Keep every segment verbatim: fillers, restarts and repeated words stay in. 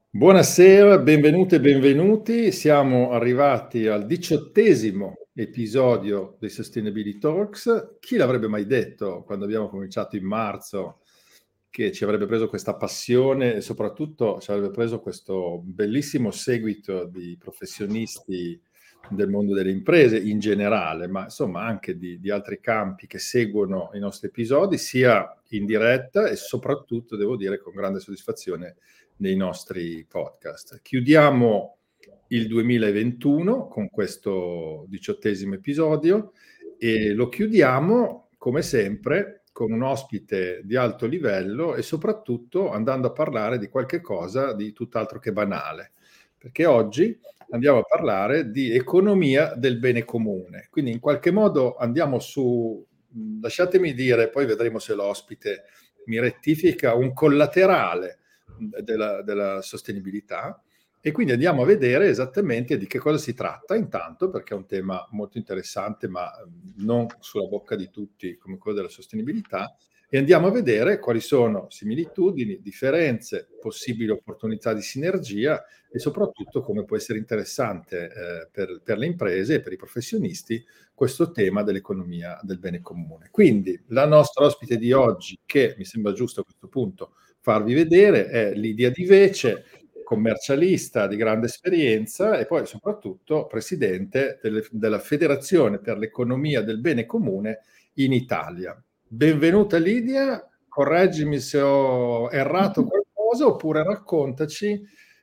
Buonasera, benvenute e benvenuti. Siamo arrivati al diciottesimo episodio dei Sustainability Talks. Chi l'avrebbe mai detto quando abbiamo cominciato in marzo che ci avrebbe preso questa passione e soprattutto ci avrebbe preso questo bellissimo seguito di professionisti del mondo delle imprese in generale, ma insomma anche di, di altri campi che seguono i nostri episodi, sia in diretta e soprattutto, devo dire, con grande soddisfazione nei nostri podcast. Chiudiamo il duemilaventuno con questo diciottesimo episodio e lo chiudiamo, come sempre, con un ospite di alto livello e soprattutto andando a parlare di qualche cosa di tutt'altro che banale, perché oggi andiamo a parlare di economia del bene comune. Quindi in qualche modo andiamo su, lasciatemi dire, poi vedremo se l'ospite mi rettifica, un collaterale della, della sostenibilità, e quindi andiamo a vedere esattamente di che cosa si tratta intanto, perché è un tema molto interessante ma non sulla bocca di tutti come quello della sostenibilità, e andiamo a vedere quali sono similitudini, differenze, possibili opportunità di sinergia e soprattutto come può essere interessante eh, per, per le imprese e per i professionisti questo tema dell'economia del bene comune. Quindi la nostra ospite di oggi, che mi sembra giusto a questo punto farvi vedere, è Lidia Di Vece, commercialista di grande esperienza e poi soprattutto presidente delle, della Federazione per l'Economia del Bene Comune in Italia. Benvenuta Lidia, correggimi se ho errato qualcosa oppure raccontaci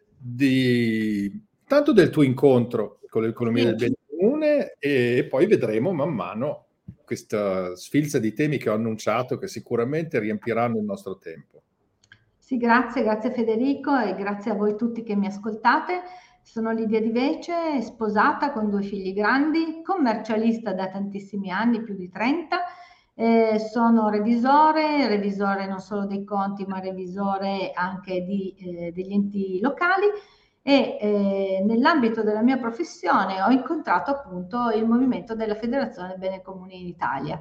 di tanto del tuo incontro con l'economia Sì. del bene comune e, e poi vedremo man mano questa sfilza di temi che ho annunciato che sicuramente riempiranno il nostro tempo. Sì, grazie, grazie Federico e grazie a voi tutti che mi ascoltate. Sono Lidia Di Vece, sposata con due figli grandi, commercialista da tantissimi anni, più di trenta. Eh, sono revisore, revisore non solo dei conti, ma revisore anche di, eh, degli enti locali e eh, nell'ambito della mia professione ho incontrato appunto il movimento della Federazione Bene Comune in Italia.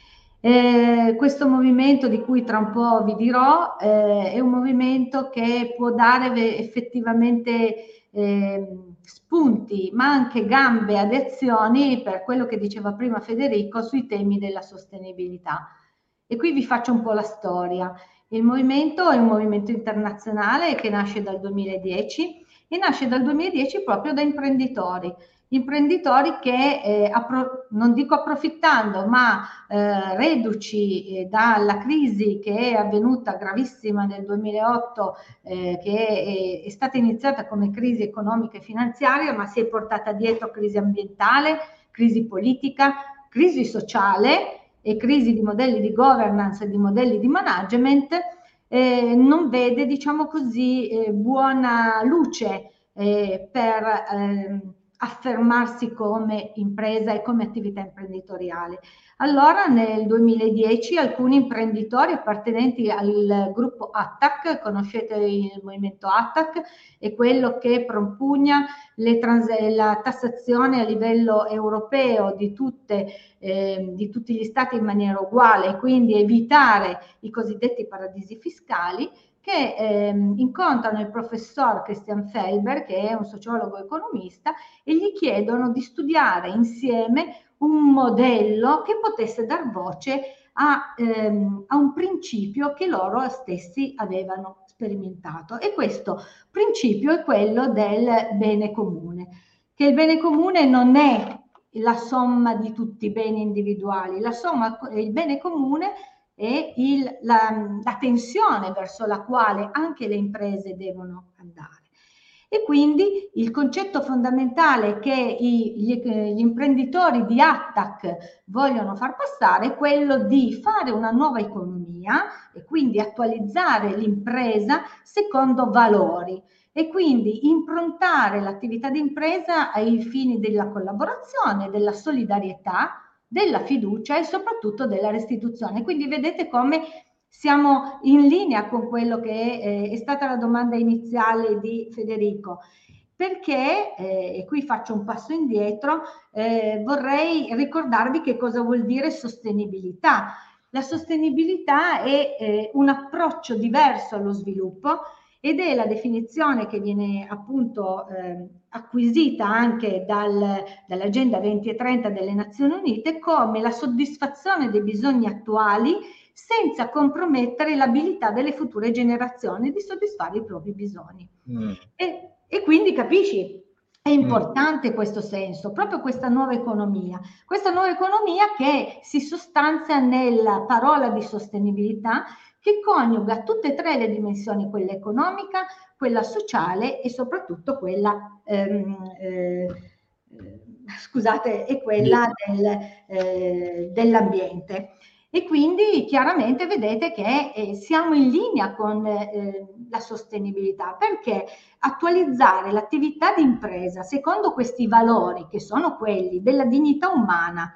Eh, questo movimento di cui tra un po' vi dirò eh, è un movimento che può dare effettivamente eh, spunti ma anche gambe ad azioni per quello che diceva prima Federico sui temi della sostenibilità. E qui vi faccio un po' la storia. Il movimento è un movimento internazionale che nasce dal duemiladieci e nasce dal duemiladieci proprio da imprenditori imprenditori che, eh, appro- non dico approfittando, ma eh, reduci eh, dalla crisi che è avvenuta gravissima nel duemilaotto, eh, che è, è stata iniziata come crisi economica e finanziaria, ma si è portata dietro crisi ambientale, crisi politica, crisi sociale e crisi di modelli di governance e di modelli di management, eh, non vede, diciamo così, eh, buona luce eh, per eh, affermarsi come impresa e come attività imprenditoriale. Allora nel duemiladieci alcuni imprenditori appartenenti al gruppo Attac, conoscete il movimento Attac, è quello che propugna le trans- la tassazione a livello europeo di, tutte, eh, di tutti gli stati in maniera uguale e quindi evitare i cosiddetti paradisi fiscali, che ehm, incontrano il professor Christian Felber, che è un sociologo economista, e gli chiedono di studiare insieme un modello che potesse dar voce a, ehm, a un principio che loro stessi avevano sperimentato. E questo principio è quello del bene comune, che il bene comune non è la somma di tutti i beni individuali, la somma, il bene comune è il, la, la tensione verso la quale anche le imprese devono andare. E quindi il concetto fondamentale che i, gli, gli imprenditori di Attac vogliono far passare è quello di fare una nuova economia e quindi attualizzare l'impresa secondo valori e quindi improntare l'attività di impresa ai fini della collaborazione, della solidarietà, della fiducia e soprattutto della restituzione. Quindi vedete come siamo in linea con quello che è, è stata la domanda iniziale di Federico, perché, eh, e qui faccio un passo indietro, eh, vorrei ricordarvi che cosa vuol dire sostenibilità. La sostenibilità è eh, un approccio diverso allo sviluppo ed è la definizione che viene appunto eh, acquisita anche dal, dall'Agenda venti trenta delle Nazioni Unite come la soddisfazione dei bisogni attuali senza compromettere l'abilità delle future generazioni di soddisfare i propri bisogni. Mm. E, e quindi capisci, è importante questo senso, proprio questa nuova economia, questa nuova economia che si sostanzia nella parola di sostenibilità, che coniuga tutte e tre le dimensioni, quella economica, quella sociale e soprattutto quella, ehm, eh, scusate, e quella del, eh, dell'ambiente. E quindi chiaramente vedete che eh, siamo in linea con eh, la sostenibilità, perché attualizzare l'attività di impresa secondo questi valori, che sono quelli della dignità umana,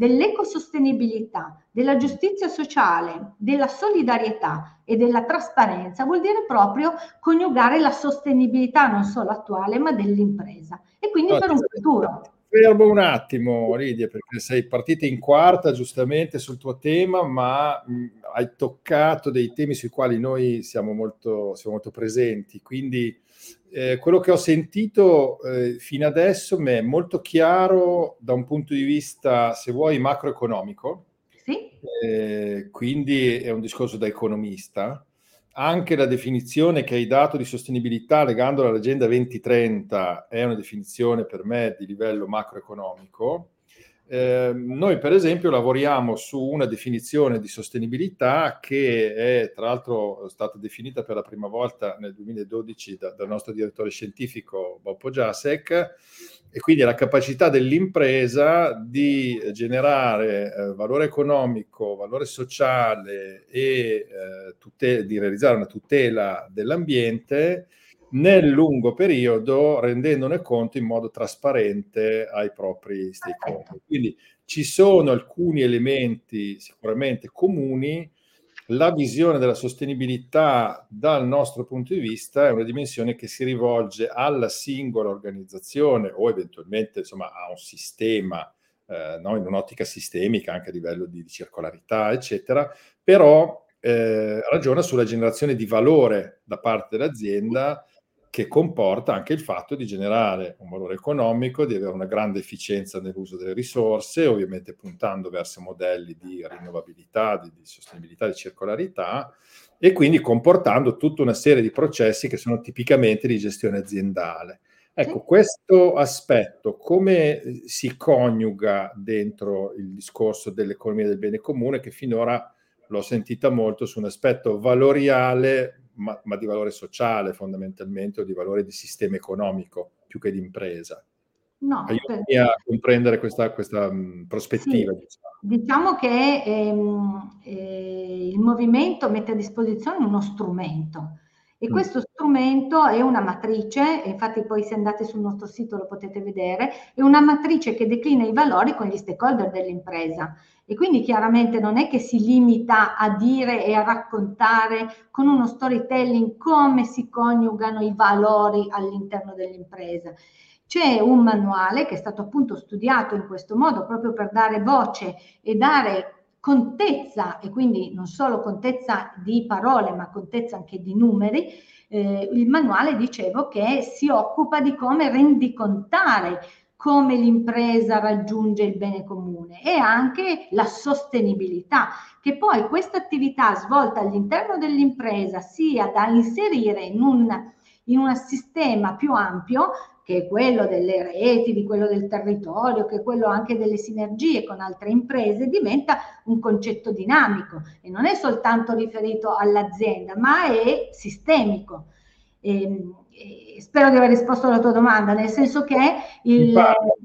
dell'ecosostenibilità, della giustizia sociale, della solidarietà e della trasparenza, vuol dire proprio coniugare la sostenibilità non solo attuale ma dell'impresa, e quindi no, per un futuro. Fermo un attimo, Lidia, perché sei partita in quarta giustamente sul tuo tema, ma mh, hai toccato dei temi sui quali noi siamo molto, siamo molto presenti, quindi eh, quello che ho sentito eh, fino adesso mi è molto chiaro da un punto di vista, se vuoi, macroeconomico. Sì. Eh, quindi è un discorso da economista. Anche la definizione che hai dato di sostenibilità legandola all'Agenda venti trenta è una definizione per me di livello macroeconomico. Eh, noi per esempio lavoriamo su una definizione di sostenibilità che è tra l'altro stata definita per la prima volta nel duemiladodici da, dal nostro direttore scientifico Bob Pojasek, e quindi è la capacità dell'impresa di generare eh, valore economico, valore sociale e eh, tute- di realizzare una tutela dell'ambiente nel lungo periodo, rendendone conto in modo trasparente ai propri stakeholder. Quindi ci sono alcuni elementi sicuramente comuni. La visione della sostenibilità dal nostro punto di vista è una dimensione che si rivolge alla singola organizzazione o eventualmente insomma a un sistema, eh, no? In un'ottica sistemica anche a livello di, di circolarità, eccetera, però eh, ragiona sulla generazione di valore da parte dell'azienda, che comporta anche il fatto di generare un valore economico, di avere una grande efficienza nell'uso delle risorse, ovviamente puntando verso modelli di rinnovabilità, di, di sostenibilità, di circolarità, e quindi comportando tutta una serie di processi che sono tipicamente di gestione aziendale. Ecco, questo aspetto come si coniuga dentro il discorso dell'economia del bene comune, che finora l'ho sentita molto su un aspetto valoriale, Ma, ma di valore sociale fondamentalmente, o di valore di sistema economico più che di impresa. No, aiutami per... a comprendere questa, questa mh, prospettiva. Sì, diciamo. diciamo che ehm, eh, il movimento mette a disposizione uno strumento, e questo strumento è una matrice, e infatti poi se andate sul nostro sito lo potete vedere, è una matrice che declina i valori con gli stakeholder dell'impresa. E quindi chiaramente non è che si limita a dire e a raccontare con uno storytelling come si coniugano i valori all'interno dell'impresa. C'è un manuale che è stato appunto studiato in questo modo proprio per dare voce e dare contezza, e quindi non solo contezza di parole ma contezza anche di numeri. Eh, il manuale, dicevo, che si occupa di come rendicontare come l'impresa raggiunge il bene comune e anche la sostenibilità, che poi questa attività svolta all'interno dell'impresa sia da inserire in un, in un sistema più ampio, che è quello delle reti, di quello del territorio, che è quello anche delle sinergie con altre imprese, diventa un concetto dinamico e non è soltanto riferito all'azienda, ma è sistemico. E, e spero di aver risposto alla tua domanda, nel senso che il... In parte,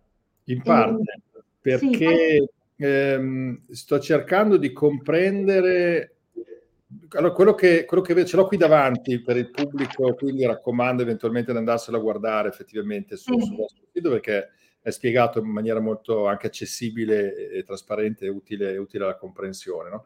in parte eh, perché sì, ehm, sto cercando di comprendere. Allora, quello che, quello che ce l'ho qui davanti per il pubblico, quindi raccomando eventualmente di andarselo a guardare effettivamente su, sì. sul vostro sito, perché è spiegato in maniera molto anche accessibile e trasparente e utile, utile alla comprensione. No?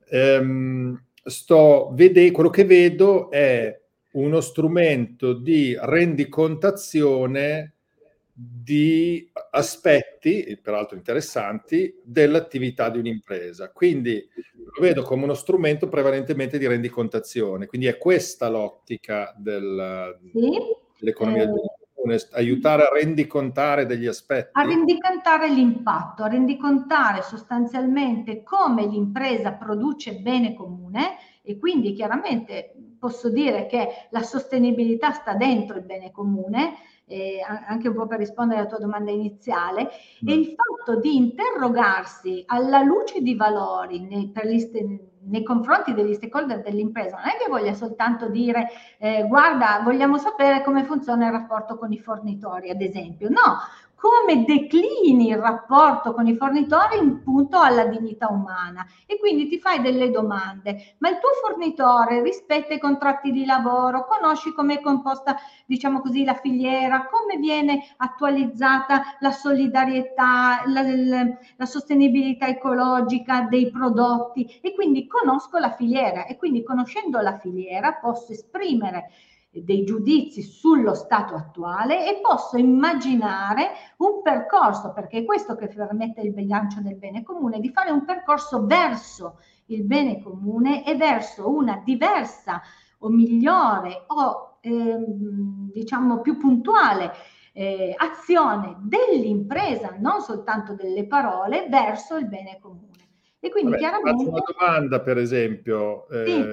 Ehm, sto vede, quello che vedo è uno strumento di rendicontazione di aspetti, peraltro interessanti, dell'attività di un'impresa. Quindi lo vedo come uno strumento prevalentemente di rendicontazione. Quindi è questa l'ottica del, sì, dell'economia eh, del comune, aiutare a rendicontare degli aspetti. A rendicontare l'impatto, a rendicontare sostanzialmente come l'impresa produce bene comune, e quindi chiaramente posso dire che la sostenibilità sta dentro il bene comune, eh, anche un po' per rispondere alla tua domanda iniziale, mm. e il fatto di interrogarsi alla luce di valori nei, per gli st- nei confronti degli stakeholder dell'impresa, non è che voglia soltanto dire eh, guarda, vogliamo sapere come funziona il rapporto con i fornitori, ad esempio. No, come declini il rapporto con i fornitori in punto alla dignità umana, e quindi ti fai delle domande: ma il tuo fornitore rispetta i contratti di lavoro, conosci come è composta, diciamo così, la filiera, come viene attualizzata la solidarietà, la, la, la sostenibilità ecologica dei prodotti, e quindi conosco la filiera, e quindi conoscendo la filiera posso esprimere dei giudizi sullo stato attuale e posso immaginare un percorso, perché è questo che permette il bilancio del bene comune, di fare un percorso verso il bene comune e verso una diversa o migliore o ehm, diciamo più puntuale eh, azione dell'impresa, non soltanto delle parole, verso il bene comune. E quindi Vabbè, chiaramente... faccio una domanda, per esempio. Sì. Eh,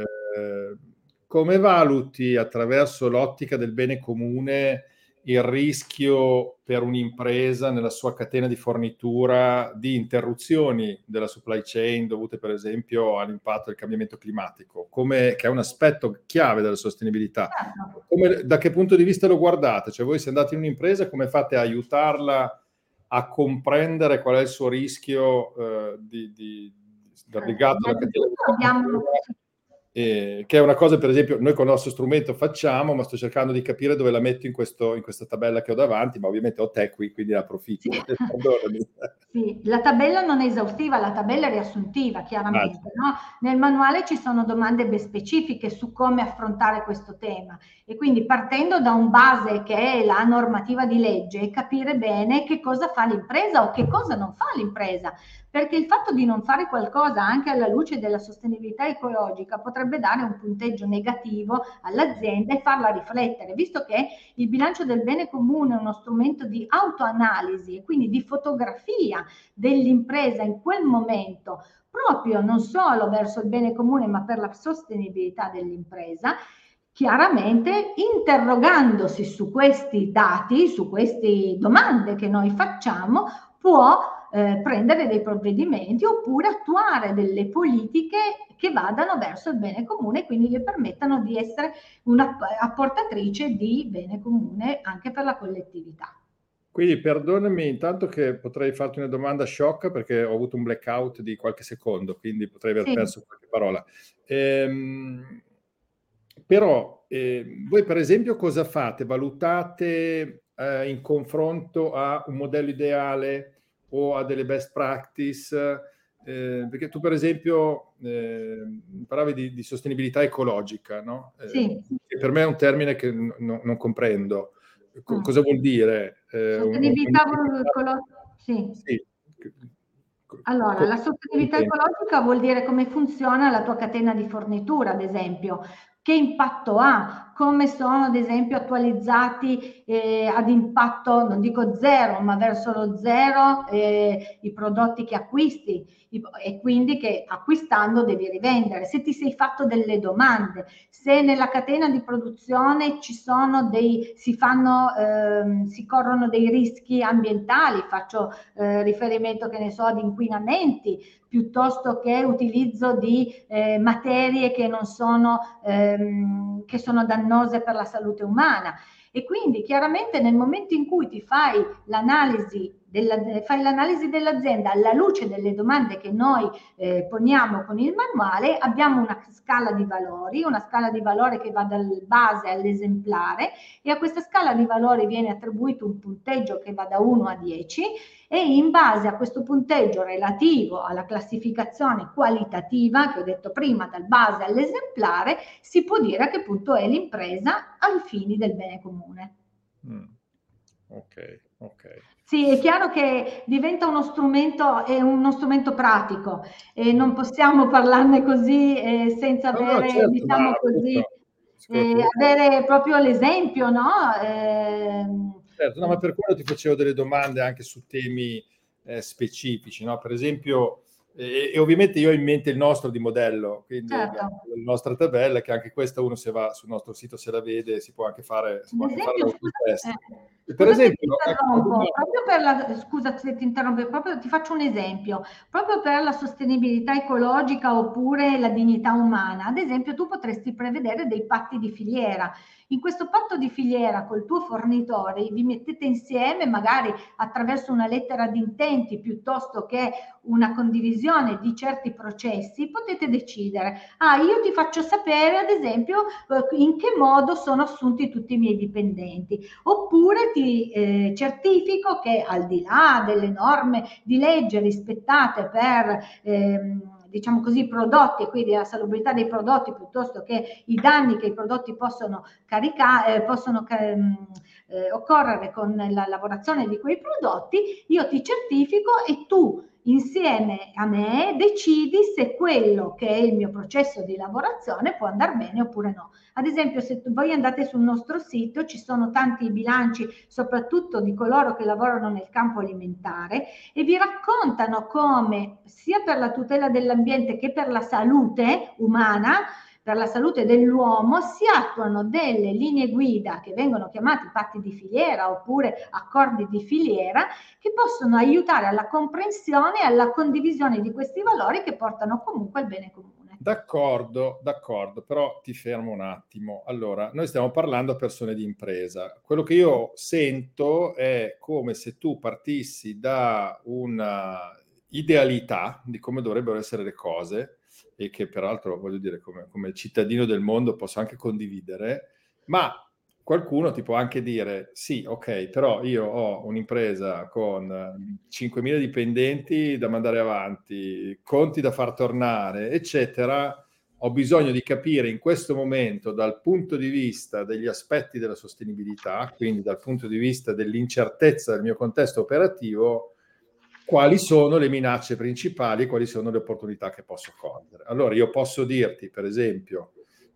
come valuti attraverso l'ottica del bene comune il rischio per un'impresa nella sua catena di fornitura di interruzioni della supply chain dovute per esempio all'impatto del cambiamento climatico, come, che è un aspetto chiave della sostenibilità? Come, da che punto di vista lo guardate? Cioè voi se andate in un'impresa, come fate a aiutarla a comprendere qual è il suo rischio eh, di, di, legato alla catena di fornitura? Eh, che è una cosa, per esempio, noi con il nostro strumento facciamo, ma sto cercando di capire dove la metto in, questo, in questa tabella che ho davanti, ma ovviamente ho te qui, quindi ne approfitto. Sì. Sì, la tabella non è esaustiva, la tabella è riassuntiva, chiaramente. No? Nel manuale ci sono domande ben specifiche su come affrontare questo tema, e quindi partendo da un base che è la normativa di legge, capire bene che cosa fa l'impresa o che cosa non fa l'impresa, perché il fatto di non fare qualcosa anche alla luce della sostenibilità ecologica potrebbe dare un punteggio negativo all'azienda e farla riflettere, visto che il bilancio del bene comune è uno strumento di autoanalisi e quindi di fotografia dell'impresa in quel momento, proprio non solo verso il bene comune ma per la sostenibilità dell'impresa. Chiaramente interrogandosi su questi dati, su queste domande che noi facciamo, può eh, prendere dei provvedimenti oppure attuare delle politiche che vadano verso il bene comune, quindi gli permettano di essere una apportatrice di bene comune anche per la collettività. Quindi perdonami intanto che potrei farti una domanda sciocca perché ho avuto un blackout di qualche secondo, quindi potrei aver sì. perso qualche parola. Ehm, però eh, voi per esempio cosa fate? Valutate eh, in confronto a un modello ideale o a delle best practice? Eh, perché tu per esempio eh, parlavi di, di sostenibilità ecologica, no? Eh, sì. Che per me è un termine che n- n- non comprendo. Co- cosa vuol dire? Eh, sostenibilità ecologica, sì. sì. Allora, la sostenibilità ecologica vuol dire come funziona la tua catena di fornitura, ad esempio. Che impatto ha? Come sono, ad esempio, attualizzati eh, ad impatto, non dico zero, ma verso lo zero eh, i prodotti che acquisti, i, e quindi che acquistando devi rivendere. Se ti sei fatto delle domande, se nella catena di produzione ci sono dei, si fanno, eh, si corrono dei rischi ambientali, faccio eh, riferimento, che ne so, ad inquinamenti, piuttosto che utilizzo di eh, materie che non sono, ehm, che sono dannose per la salute umana. E quindi chiaramente nel momento in cui ti fai l'analisi della, fai l'analisi dell'azienda alla luce delle domande che noi eh, poniamo con il manuale, abbiamo una scala di valori, una scala di valori che va dal base all'esemplare, e a questa scala di valori viene attribuito un punteggio che va da uno a dieci, e in base a questo punteggio relativo alla classificazione qualitativa che ho detto prima, dal base all'esemplare, si può dire a che punto è l'impresa ai fini del bene comune. Mm. Ok, ok. Sì, è chiaro che diventa uno strumento, è uno strumento pratico e non possiamo parlarne così eh, senza No, no, avere, certo, ma diciamo così, appunto, siccome eh, tu... avere proprio l'esempio, no? Ehm, Certo, no, ma per quello ti facevo delle domande anche su temi eh, specifici, no? Per esempio, e, e ovviamente io ho in mente il nostro di modello, quindi la, certo. la nostra tabella, che anche questa uno se va sul nostro sito se la vede, si può anche fare, si Ad può anche fare esempio, l'autotest. scusa, eh, E per scusa se ti esempio, ecco, una interrompo, domanda- proprio per la, scusa se ti interrompo, proprio ti faccio un esempio, proprio per la sostenibilità ecologica oppure la dignità umana, ad esempio tu potresti prevedere dei patti di filiera. In questo patto di filiera col tuo fornitore vi mettete insieme, magari attraverso una lettera di intenti piuttosto che una condivisione di certi processi, potete decidere, ah, io ti faccio sapere, ad esempio, eh, in che modo sono assunti tutti i miei dipendenti, oppure ti eh, certifico che al di là delle norme di legge rispettate per ehm, diciamo così, prodotti e quindi la salubrità dei prodotti piuttosto che i danni che i prodotti possono caricare, eh, possono ehm, eh, occorrere con la lavorazione di quei prodotti, io ti certifico e tu insieme a me decidi se quello che è il mio processo di lavorazione può andare bene oppure no. Ad esempio, se voi andate sul nostro sito, ci sono tanti bilanci, soprattutto di coloro che lavorano nel campo alimentare, e vi raccontano come sia per la tutela dell'ambiente che per la salute umana, per la salute dell'uomo, si attuano delle linee guida che vengono chiamati patti di filiera oppure accordi di filiera, che possono aiutare alla comprensione e alla condivisione di questi valori che portano comunque al bene comune. D'accordo, d'accordo, però ti fermo un attimo. Allora, noi stiamo parlando a persone di impresa. Quello che io sento è come se tu partissi da una idealità di come dovrebbero essere le cose e che peraltro, voglio dire, come, come cittadino del mondo posso anche condividere, ma qualcuno ti può anche dire, sì, ok, però io ho un'impresa con eh, cinquemila dipendenti da mandare avanti, conti da far tornare, eccetera. Ho bisogno di capire in questo momento dal punto di vista degli aspetti della sostenibilità, quindi dal punto di vista dell'incertezza del mio contesto operativo, quali sono le minacce principali e quali sono le opportunità che posso cogliere. Allora io posso dirti, per esempio,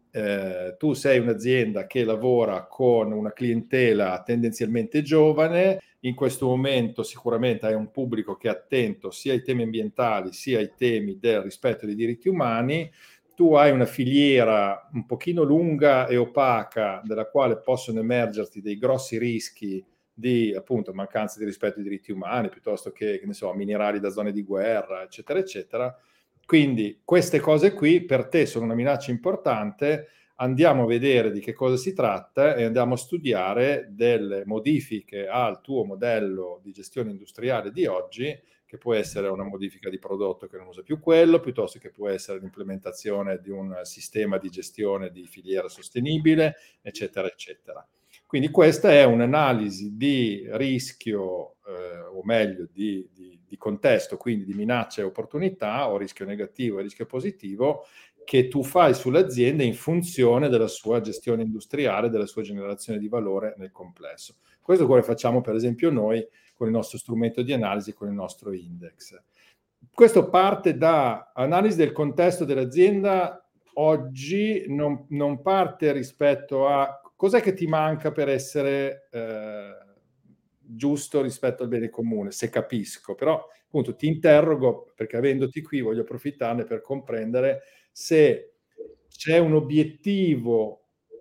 eh, tu sei un'azienda che lavora con una clientela tendenzialmente giovane, in questo momento sicuramente hai un pubblico che è attento sia ai temi ambientali sia ai temi del rispetto dei diritti umani, tu hai una filiera un pochino lunga e opaca dalla quale possono emergerti dei grossi rischi di appunto mancanza di rispetto dei diritti umani, piuttosto che, che ne so, minerali da zone di guerra, eccetera, eccetera. Quindi queste cose qui per te sono una minaccia importante, andiamo a vedere di che cosa si tratta e andiamo a studiare delle modifiche al tuo modello di gestione industriale di oggi, che può essere una modifica di prodotto che non usa più quello, piuttosto che può essere l'implementazione di un sistema di gestione di filiera sostenibile, eccetera, eccetera. Quindi questa è un'analisi di rischio, eh, o meglio di, di, di contesto, quindi di minaccia e opportunità, o rischio negativo e rischio positivo, che tu fai sull'azienda in funzione della sua gestione industriale, della sua generazione di valore nel complesso. Questo è quello che facciamo per esempio noi con il nostro strumento di analisi, con il nostro index. Questo parte da analisi del contesto dell'azienda. Oggi non, non parte rispetto a cos'è che ti manca per essere eh, giusto rispetto al bene comune, se capisco, però appunto ti interrogo perché avendoti qui voglio approfittarne per comprendere se c'è un obiettivo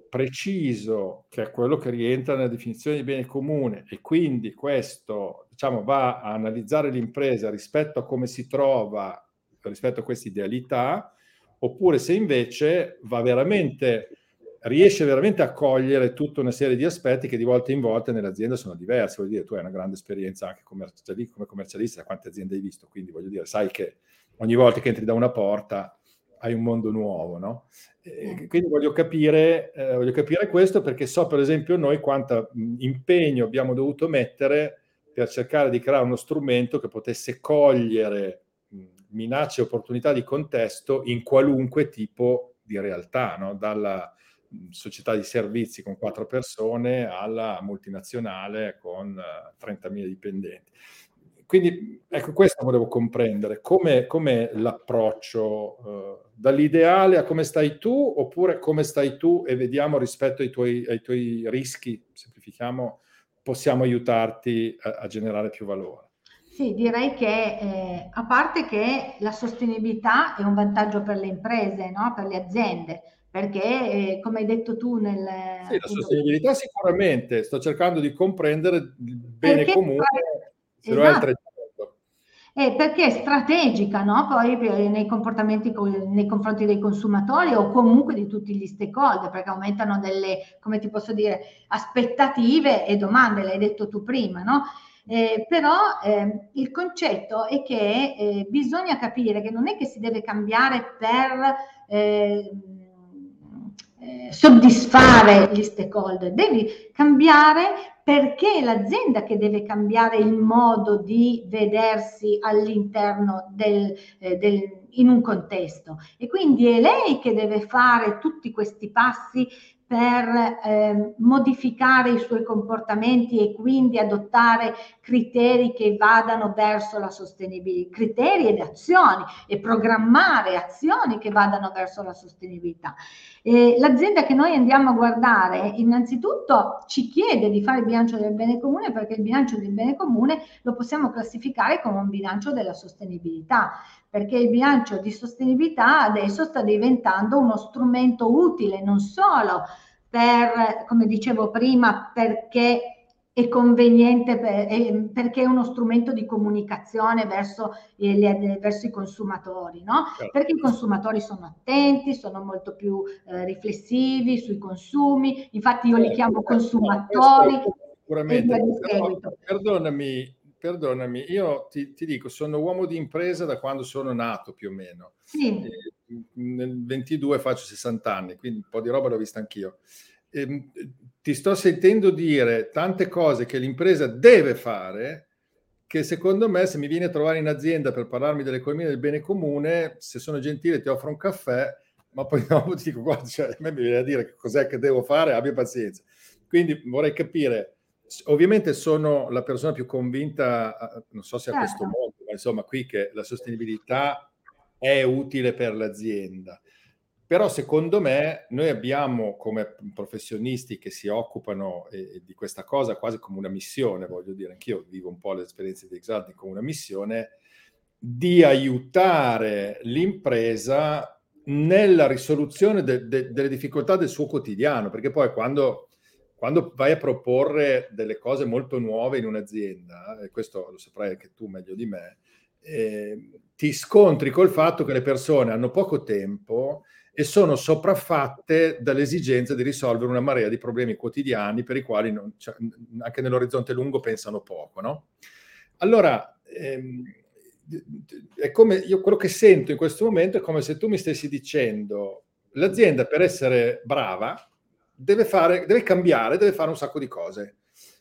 preciso che è quello che rientra nella definizione di bene comune e quindi questo diciamo va a analizzare l'impresa rispetto a come si trova rispetto a questa idealità, oppure se invece va veramente, riesce veramente a cogliere tutta una serie di aspetti che di volta in volta nell'azienda sono diversi. Voglio dire, tu hai una grande esperienza anche commerciali, come commercialista, quante aziende hai visto, quindi voglio dire, sai che ogni volta che entri da una porta hai un mondo nuovo, no? E quindi voglio capire, eh, voglio capire questo perché so per esempio noi quanto impegno abbiamo dovuto mettere per cercare di creare uno strumento che potesse cogliere minacce e opportunità di contesto in qualunque tipo di realtà, no? Dalla, società di servizi con quattro persone alla multinazionale con uh, trentamila dipendenti. Quindi, ecco, questo volevo comprendere. Come, come l'approccio uh, dall'ideale a come stai tu, oppure come stai tu e vediamo rispetto ai tuoi, ai tuoi rischi, semplifichiamo, possiamo aiutarti a, a generare più valore? Sì, direi che eh, a parte che la sostenibilità è un vantaggio per le imprese, no? Per le aziende, perché eh, come hai detto tu nel Sì, la appunto, sostenibilità sicuramente, sto cercando di comprendere il bene perché comune, se lo è il esatto. trecento. Eh, perché è strategica, no? Poi per- nei comportamenti co- nei confronti dei consumatori o comunque di tutti gli stakeholder, perché aumentano delle, come ti posso dire, aspettative e domande, l'hai detto tu prima, no? Eh, però eh, il concetto è che eh, bisogna capire che non è che si deve cambiare per eh, eh, soddisfare gli stakeholder, devi cambiare perché è l'azienda che deve cambiare il modo di vedersi all'interno del, eh, del, in un contesto, e quindi è lei che deve fare tutti questi passi per eh, modificare i suoi comportamenti e quindi adottare criteri che vadano verso la sostenibilità, criteri ed azioni, e programmare azioni che vadano verso la sostenibilità. Eh, l'azienda che noi andiamo a guardare innanzitutto ci chiede di fare il bilancio del bene comune, perché il bilancio del bene comune lo possiamo classificare come un bilancio della sostenibilità, perché il bilancio di sostenibilità adesso sta diventando uno strumento utile non solo per, come dicevo prima, perché è conveniente per, è, perché è uno strumento di comunicazione verso, eh, le, verso i consumatori, no? Certo. Perché i consumatori sono attenti, sono molto più eh, riflessivi sui consumi, infatti io li chiamo consumatori. No, sicuramente. E di Però, seguito. perdonami, perdonami, io ti, ti dico, sono uomo di impresa da quando sono nato più o meno. Sì. E nel ventidue faccio sessanta anni, quindi un po' di roba l'ho vista anch'io. E, ti sto sentendo dire tante cose che l'impresa deve fare, che secondo me, se mi vieni a trovare in azienda per parlarmi dell'economia del bene comune, se sono gentile ti offro un caffè, ma poi dopo ti dico, guarda, cioè, a me mi viene a dire che cos'è che devo fare, abbia pazienza. Quindi vorrei capire, ovviamente sono la persona più convinta, non so se a questo modo, ma insomma qui, che la sostenibilità è utile per l'azienda. Però secondo me noi abbiamo, come professionisti che si occupano eh, di questa cosa quasi come una missione, voglio dire, anch'io vivo un po' l'esperienza di Exalting come una missione, di aiutare l'impresa nella risoluzione de, de, delle difficoltà del suo quotidiano, perché poi quando, quando vai a proporre delle cose molto nuove in un'azienda, e questo lo saprai anche tu meglio di me, eh, ti scontri col fatto che le persone hanno poco tempo e sono sopraffatte dall'esigenza di risolvere una marea di problemi quotidiani per i quali non, cioè, anche nell'orizzonte lungo pensano poco, no? Allora, ehm, è come io quello che sento in questo momento è come se tu mi stessi dicendo: l'azienda, per essere brava, deve fare, deve cambiare, deve fare un sacco di cose.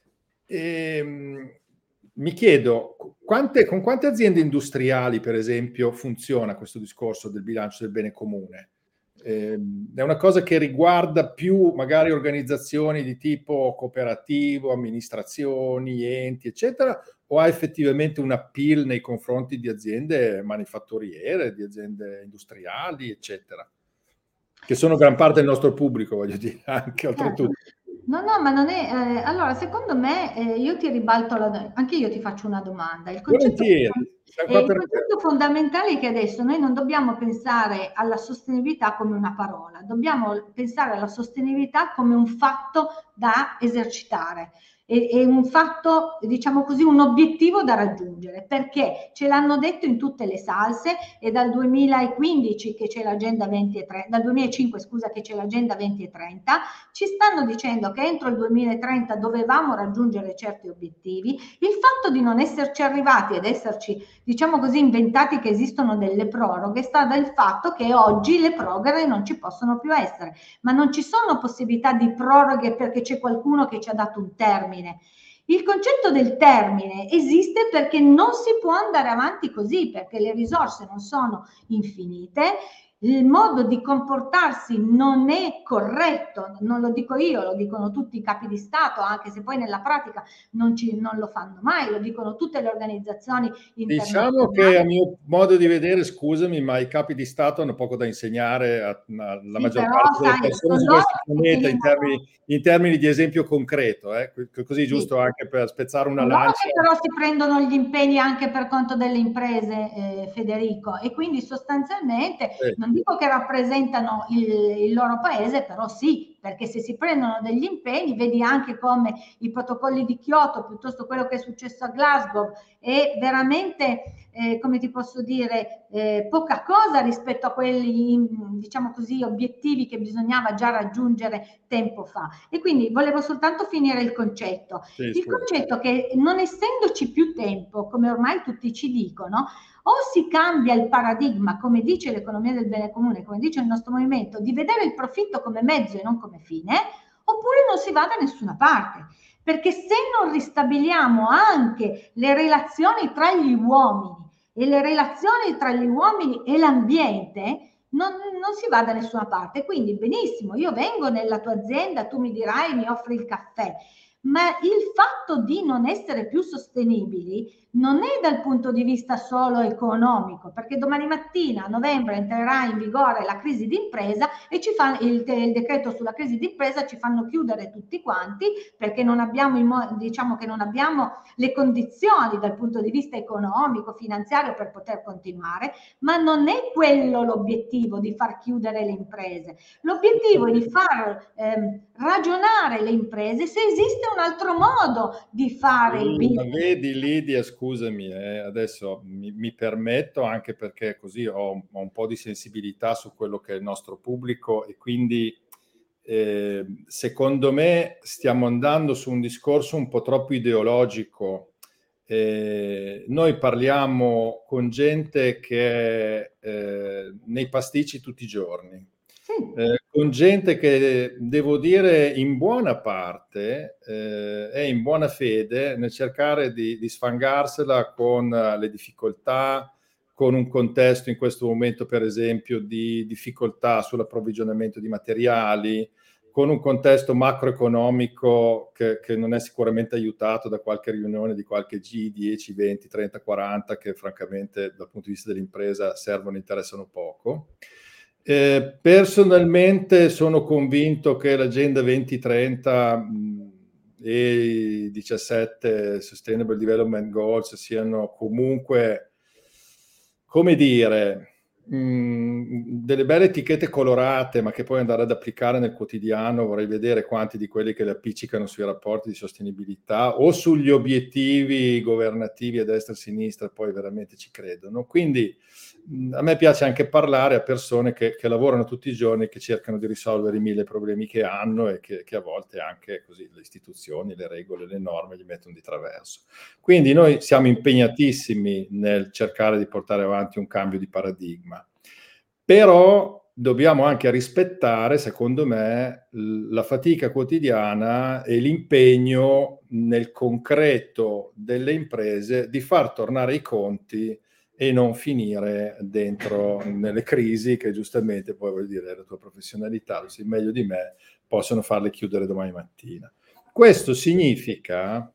E, mi chiedo, quante, con quante aziende industriali, per esempio, funziona questo discorso del bilancio del bene comune? Eh, è una cosa che riguarda più magari organizzazioni di tipo cooperativo, amministrazioni, enti, eccetera, o ha effettivamente un appeal nei confronti di aziende manifatturiere, di aziende industriali, eccetera, che sono gran parte del nostro pubblico, voglio dire, anche oltretutto. No, no, ma non è... Eh, allora, secondo me, eh, io ti ribalto la... Anche io ti faccio una domanda. Il concetto, eh, il concetto fondamentale è che adesso noi non dobbiamo pensare alla sostenibilità come una parola, dobbiamo pensare alla sostenibilità come un fatto da esercitare. È un fatto, diciamo così, un obiettivo da raggiungere, perché ce l'hanno detto in tutte le salse, e dal duemilaquindici che c'è l'agenda venti e trenta, dal duemilacinque scusa che c'è l'agenda venti e trenta, ci stanno dicendo che entro il duemilatrenta dovevamo raggiungere certi obiettivi. Il fatto di non esserci arrivati ed esserci, diciamo così, inventati che esistono delle proroghe sta dal fatto che oggi le proroghe non ci possono più essere, ma non ci sono possibilità di proroghe perché c'è qualcuno che ci ha dato un termine. Il concetto del termine esiste perché non si può andare avanti così, perché le risorse non sono infinite, il modo di comportarsi non è corretto, non lo dico io, lo dicono tutti i capi di Stato, anche se poi nella pratica non, ci, non lo fanno mai, lo dicono tutte le organizzazioni internazionali. Diciamo che a mio modo di vedere, scusami, ma i capi di Stato hanno poco da insegnare alla sì, maggior però, parte delle sai, persone su loro questo pianeta in termini, in termini di esempio concreto, eh? Così giusto sì. anche per spezzare una Loro lancia. che però si prendono gli impegni anche per conto delle imprese, eh, Federico, e quindi sostanzialmente Sì. non dico che rappresentano il, il loro paese, però sì, perché se si prendono degli impegni, vedi anche come i protocolli di Kyoto, piuttosto quello che è successo a Glasgow, è veramente, eh, come ti posso dire, eh, poca cosa rispetto a quelli, diciamo così, obiettivi che bisognava già raggiungere tempo fa. E quindi volevo soltanto finire il concetto. Sì, Il scusa. concetto che non essendoci più tempo, come ormai tutti ci dicono, o si cambia il paradigma, come dice l'economia del bene comune, come dice il nostro movimento, di vedere il profitto come mezzo e non come fine, oppure non si va da nessuna parte. Perché se non ristabiliamo anche le relazioni tra gli uomini e le relazioni tra gli uomini e l'ambiente, non, non si va da nessuna parte. Quindi benissimo, io vengo nella tua azienda, tu mi dirai, mi offri il caffè, ma il fatto di non essere più sostenibili non è dal punto di vista solo economico, perché domani mattina a novembre entrerà in vigore la crisi d'impresa e ci fa il, il decreto sulla crisi d'impresa, ci fanno chiudere tutti quanti perché non abbiamo, il, diciamo che non abbiamo le condizioni dal punto di vista economico, finanziario per poter continuare, ma non è quello l'obiettivo di far chiudere le imprese. L'obiettivo è di far ehm, ragionare le imprese se esiste un altro modo di fare il Sì, ma business. vedi Lidia, scusami, eh, adesso mi, mi permetto, anche perché così ho, ho un po' di sensibilità su quello che è il nostro pubblico e quindi eh, secondo me stiamo andando su un discorso un po' troppo ideologico. Eh, noi parliamo con gente che è eh, nei pasticci tutti i giorni. Sì. Eh, con gente che, devo dire, in buona parte eh, è in buona fede nel cercare di, di sfangarsela con le difficoltà, con un contesto in questo momento, per esempio, di difficoltà sull'approvvigionamento di materiali, con un contesto macroeconomico che, che non è sicuramente aiutato da qualche riunione di qualche G dieci, venti, trenta, quaranta, che francamente dal punto di vista dell'impresa servono e interessano poco. Eh, personalmente sono convinto che l'Agenda venti trenta mh, e i diciassette Sustainable Development Goals siano comunque, come dire, mh, delle belle etichette colorate, ma che poi andare ad applicare nel quotidiano. Vorrei vedere quanti di quelli che le appiccicano sui rapporti di sostenibilità o sugli obiettivi governativi a destra e a sinistra poi veramente ci credono. Quindi a me piace anche parlare a persone che, che lavorano tutti i giorni, che cercano di risolvere i mille problemi che hanno e che, che a volte anche così le istituzioni, le regole, le norme gli mettono di traverso. Quindi noi siamo impegnatissimi nel cercare di portare avanti un cambio di paradigma, però dobbiamo anche rispettare, secondo me, la fatica quotidiana e l'impegno nel concreto delle imprese di far tornare i conti e non finire dentro nelle crisi che giustamente, poi voglio dire, la tua professionalità, lo sai meglio di me, possono farle chiudere domani mattina. Questo significa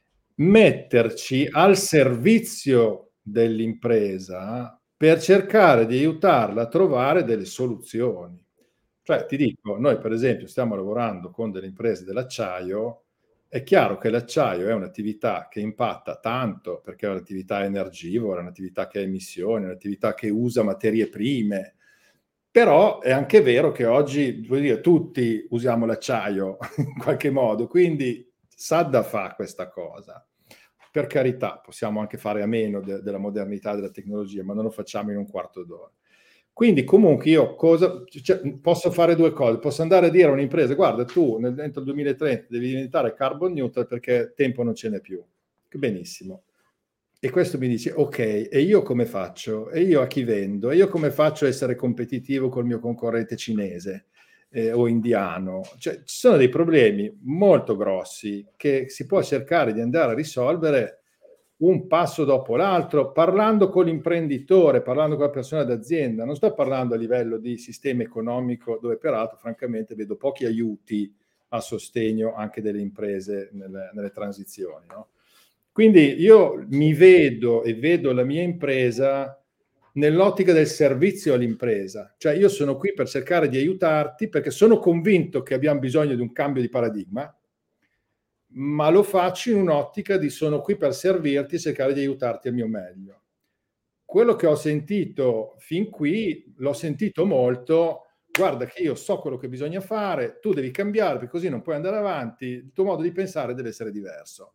metterci al servizio dell'impresa per cercare di aiutarla a trovare delle soluzioni. Cioè, ti dico, noi per esempio stiamo lavorando con delle imprese dell'acciaio. È chiaro che l'acciaio è un'attività che impatta tanto perché è un'attività energivora, un'attività che ha emissioni, un'attività che usa materie prime, però è anche vero che oggi, vuol dire, tutti usiamo l'acciaio in qualche modo, quindi sa da fa questa cosa. Per carità, possiamo anche fare a meno de- della modernità, della tecnologia, ma non lo facciamo in un quarto d'ora. Quindi comunque io cosa, cioè, posso fare due cose, posso andare a dire a un'impresa: guarda, tu nel, entro il duemilatrenta devi diventare carbon neutral perché tempo non ce n'è più. Benissimo. E questo mi dice, ok, e io come faccio? E io a chi vendo? E io come faccio a essere competitivo col mio concorrente cinese eh, o indiano? Cioè, ci sono dei problemi molto grossi che si può cercare di andare a risolvere un passo dopo l'altro, parlando con l'imprenditore, parlando con la persona d'azienda. Non sto parlando a livello di sistema economico, dove peraltro francamente vedo pochi aiuti a sostegno anche delle imprese nelle, nelle transizioni, no? Quindi io mi vedo e vedo la mia impresa nell'ottica del servizio all'impresa. Cioè io sono qui per cercare di aiutarti perché sono convinto che abbiamo bisogno di un cambio di paradigma, ma lo faccio in un'ottica di sono qui per servirti e cercare di aiutarti al mio meglio. Quello che ho sentito fin qui, l'ho sentito molto, guarda che io so quello che bisogna fare, tu devi cambiare perché così non puoi andare avanti, il tuo modo di pensare deve essere diverso.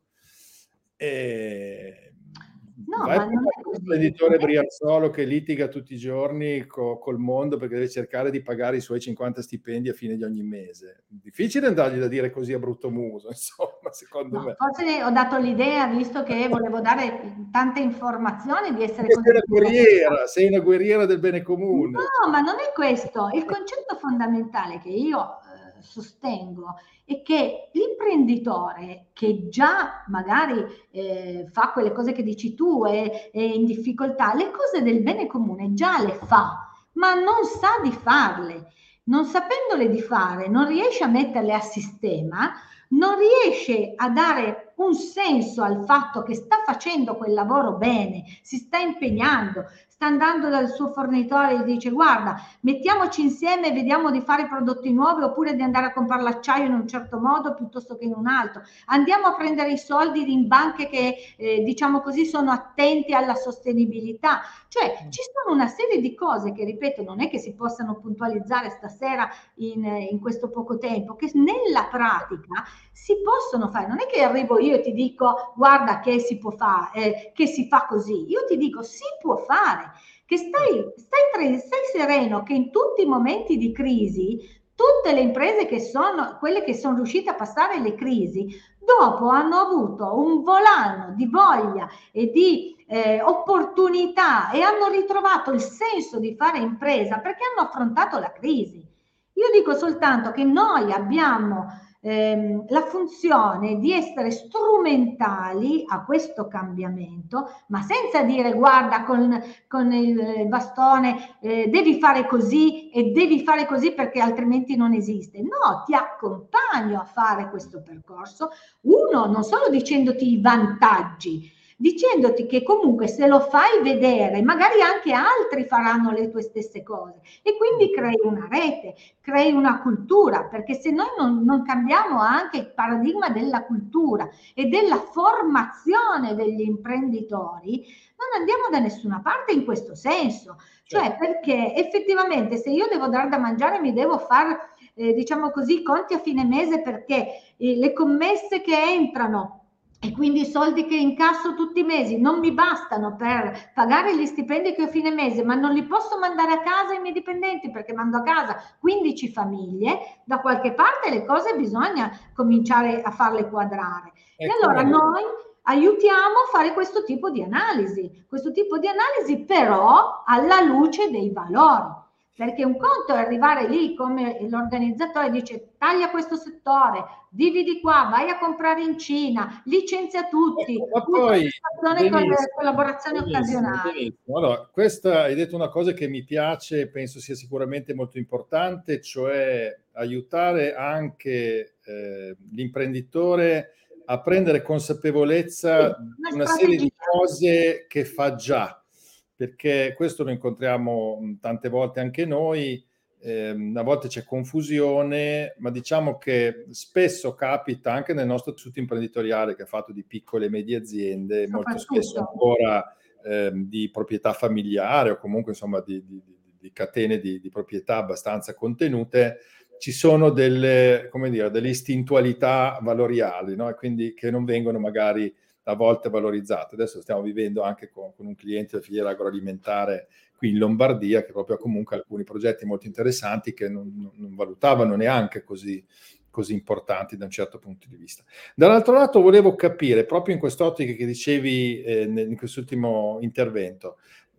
E No, vai ma non è un così. imprenditore brianzolo che litiga tutti i giorni co, col mondo perché deve cercare di pagare i suoi cinquanta stipendi a fine di ogni mese. Difficile andargli da dire così a brutto muso, insomma, secondo No, me. forse ho dato l'idea, visto che volevo dare tante informazioni, di essere Sei una così. guerriera, sei una guerriera del bene comune. No, ma non è questo. Il concetto fondamentale che io eh, sostengo è che l'imprenditore che già magari eh, fa quelle cose che dici tu, è, è in difficoltà, le cose del bene comune già le fa, ma non sa di farle. Non sapendole di fare, non riesce a metterle a sistema, non riesce a dare un senso al fatto che sta facendo quel lavoro bene, si sta impegnando, sta andando dal suo fornitore e gli dice guarda, mettiamoci insieme e vediamo di fare prodotti nuovi oppure di andare a comprare l'acciaio in un certo modo piuttosto che in un altro. Andiamo a prendere i soldi in banche che eh, diciamo così sono attenti alla sostenibilità. Cioè ci sono una serie di cose che, ripeto, non è che si possano puntualizzare stasera in, in questo poco tempo, che nella pratica si possono fare. Non è che arrivo io e ti dico guarda che si può fare, eh, che si fa così. Io ti dico si può fare, che stai, stai, stai sereno che in tutti i momenti di crisi tutte le imprese che sono quelle che sono riuscite a passare le crisi dopo hanno avuto un volano di voglia e di eh, opportunità e hanno ritrovato il senso di fare impresa perché hanno affrontato la crisi. Io dico soltanto che noi abbiamo ehm, la funzione di essere strumentali a questo cambiamento, ma senza dire guarda con, con il bastone eh, devi fare così e devi fare così perché altrimenti non esiste. No, ti accompagno a fare questo percorso, uno, non solo dicendoti i vantaggi, dicendoti che comunque se lo fai vedere magari anche altri faranno le tue stesse cose e quindi crei una rete, crei una cultura, perché se noi non, non cambiamo anche il paradigma della cultura e della formazione degli imprenditori non andiamo da nessuna parte in questo senso, cioè perché effettivamente se io devo dare da mangiare mi devo far eh, diciamo così conti a fine mese perché eh, le commesse che entrano e quindi i soldi che incasso tutti i mesi non mi bastano per pagare gli stipendi che ho a fine mese, ma non li posso mandare a casa i miei dipendenti perché mando a casa quindici famiglie, da qualche parte le cose bisogna cominciare a farle quadrare. E allora noi aiutiamo a fare questo tipo di analisi, questo tipo di analisi però alla luce dei valori. Perché un conto è arrivare lì come l'organizzatore dice taglia questo settore, dividi qua, vai a comprare in Cina, licenzia tutti, ma poi con le collaborazioni benissimo, occasionali. Benissimo. Allora, questa hai detto una cosa che mi piace e penso sia sicuramente molto importante, cioè aiutare anche eh, l'imprenditore a prendere consapevolezza sì, di una serie di cose che fa già. Perché questo lo incontriamo tante volte anche noi, eh, a volte c'è confusione, ma diciamo che spesso capita anche nel nostro tessuto imprenditoriale che è fatto di piccole e medie aziende, molto spesso ancora eh, di proprietà familiare o comunque insomma di, di, di catene di, di proprietà abbastanza contenute, ci sono delle, come dire, delle istintualità valoriali, no? E quindi che non vengono magari a volte valorizzate. Adesso stiamo vivendo anche con, con un cliente della filiera agroalimentare qui in Lombardia che proprio ha comunque alcuni progetti molto interessanti che non, non valutavano neanche così, così importanti da un certo punto di vista. Dall'altro lato volevo capire, proprio in quest'ottica che dicevi eh, in quest'ultimo intervento,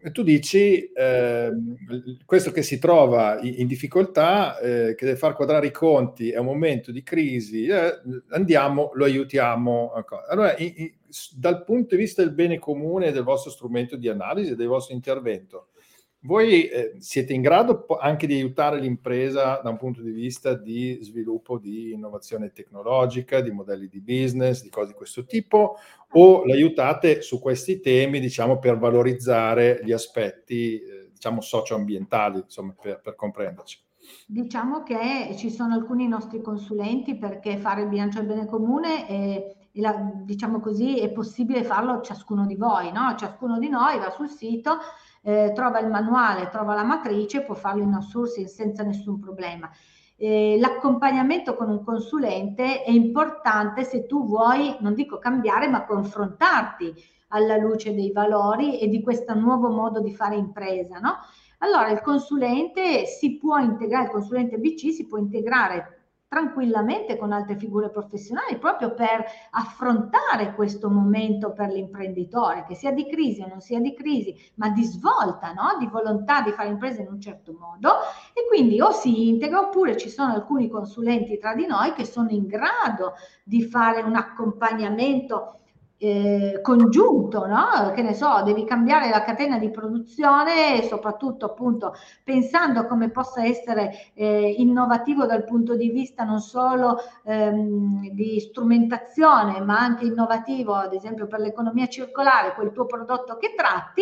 tu dici, eh, questo che si trova in, in difficoltà, eh, che deve far quadrare i conti, è un momento di crisi, eh, andiamo, lo aiutiamo. Allora, in, in, dal punto di vista del bene comune del vostro strumento di analisi, del vostro intervento, voi eh, siete in grado anche di aiutare l'impresa da un punto di vista di sviluppo di innovazione tecnologica, di modelli di business, di cose di questo tipo, o l'aiutate su questi temi, diciamo, per valorizzare gli aspetti, eh, diciamo, socio-ambientali, insomma, per, per comprenderci? Diciamo che ci sono alcuni nostri consulenti, perché fare il bilancio del bene comune è, è la, diciamo così, è possibile farlo ciascuno di voi, no? Ciascuno di noi va sul sito, eh, trova il manuale, trova la matrice, può farlo in outsourcing senza nessun problema. Eh, l'accompagnamento con un consulente è importante se tu vuoi, non dico cambiare, ma confrontarti alla luce dei valori e di questo nuovo modo di fare impresa, no? Allora il consulente si può integrare, il consulente B C si può integrare tranquillamente con altre figure professionali proprio per affrontare questo momento per l'imprenditore, che sia di crisi o non sia di crisi, ma di svolta, no? Di volontà di fare impresa in un certo modo, e quindi o si integra, oppure ci sono alcuni consulenti tra di noi che sono in grado di fare un accompagnamento Eh, congiunto, no? Che ne so, devi cambiare la catena di produzione, soprattutto appunto pensando a come possa essere eh, innovativo dal punto di vista non solo ehm, di strumentazione, ma anche innovativo, ad esempio per l'economia circolare, quel tuo prodotto che tratti,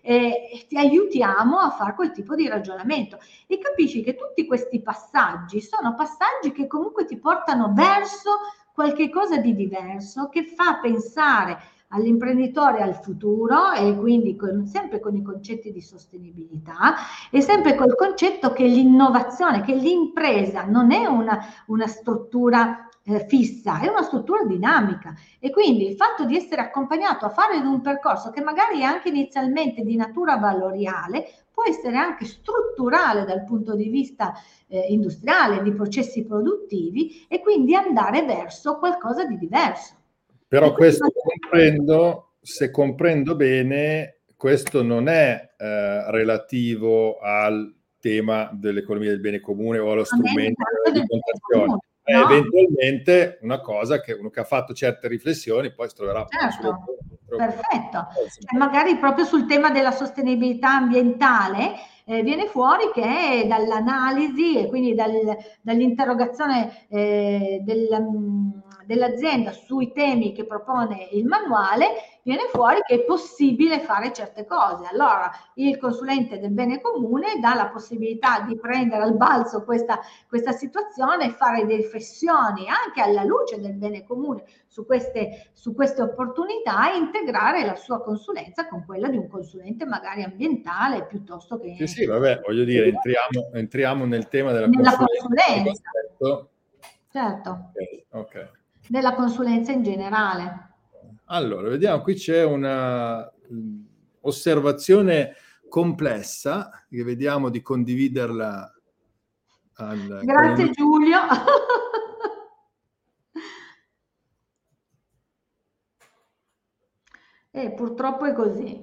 eh, ti aiutiamo a fare quel tipo di ragionamento e capisci che tutti questi passaggi sono passaggi che comunque ti portano verso qualche cosa di diverso, che fa pensare all'imprenditore al futuro, e quindi con, sempre con i concetti di sostenibilità, e sempre col concetto che l'innovazione, che l'impresa non è una, una struttura eh, fissa, è una struttura dinamica, e quindi il fatto di essere accompagnato a fare un percorso che magari è anche inizialmente di natura valoriale, può essere anche strutturale dal punto di vista eh, industriale, di processi produttivi, e quindi andare verso qualcosa di diverso. Però questo comprendo, se comprendo bene, questo non è eh, relativo al tema dell'economia del bene comune o allo strumento di contazione. È no? Eventualmente una cosa che uno che ha fatto certe riflessioni poi si troverà. Certo, perfetto. Cioè, magari proprio sul tema della sostenibilità ambientale eh, viene fuori che dall'analisi e quindi dal, dall'interrogazione eh, del, dell'azienda sui temi che propone il manuale, viene fuori che è possibile fare certe cose. Allora il consulente del bene comune dà la possibilità di prendere al balzo questa, questa situazione e fare delle riflessioni anche alla luce del bene comune su queste, su queste opportunità, e integrare la sua consulenza con quella di un consulente magari ambientale piuttosto che... Sì, sì, vabbè, voglio dire, entriamo, entriamo nel tema della nella consulenza. consulenza. Certo. Okay, okay. Della consulenza in generale. Allora, vediamo, qui c'è una mh, osservazione complessa, che vediamo di condividerla. Al, Grazie il... Giulio. E purtroppo è così.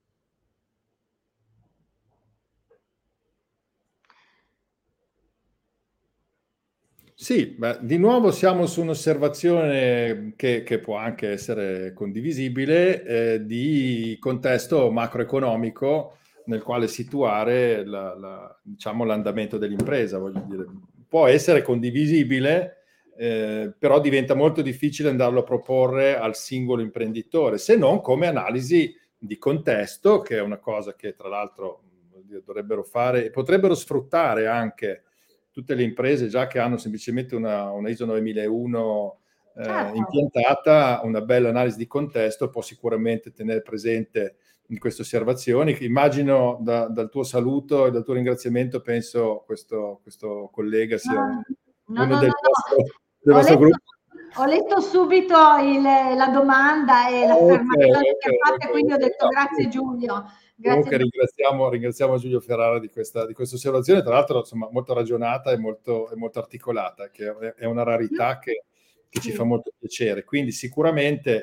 Sì, beh, di nuovo siamo su un'osservazione che, che può anche essere condivisibile eh, di contesto macroeconomico nel quale situare la, la, diciamo, l'andamento dell'impresa. Voglio dire, può essere condivisibile, eh, però diventa molto difficile andarlo a proporre al singolo imprenditore, se non come analisi di contesto, che è una cosa che tra l'altro dovrebbero fare e potrebbero sfruttare anche tutte le imprese già che hanno semplicemente una, una I S O novemilauno eh, certo. impiantata. Una bella analisi di contesto può sicuramente tenere presente in queste osservazioni, che immagino da, dal tuo saluto e dal tuo ringraziamento, penso questo, questo collega sia no, uno no, del no, vostro, no. del vostro letto, gruppo. Ho letto subito il, la domanda e l'affermazione okay, okay, che ha fatto, okay, quindi okay. ho detto no, grazie Giulio. Grazie. Comunque ringraziamo, ringraziamo Giulio Ferrara di questa, di questa osservazione, tra l'altro insomma molto ragionata e molto, e molto articolata, che è una rarità che, che ci fa molto piacere. Quindi sicuramente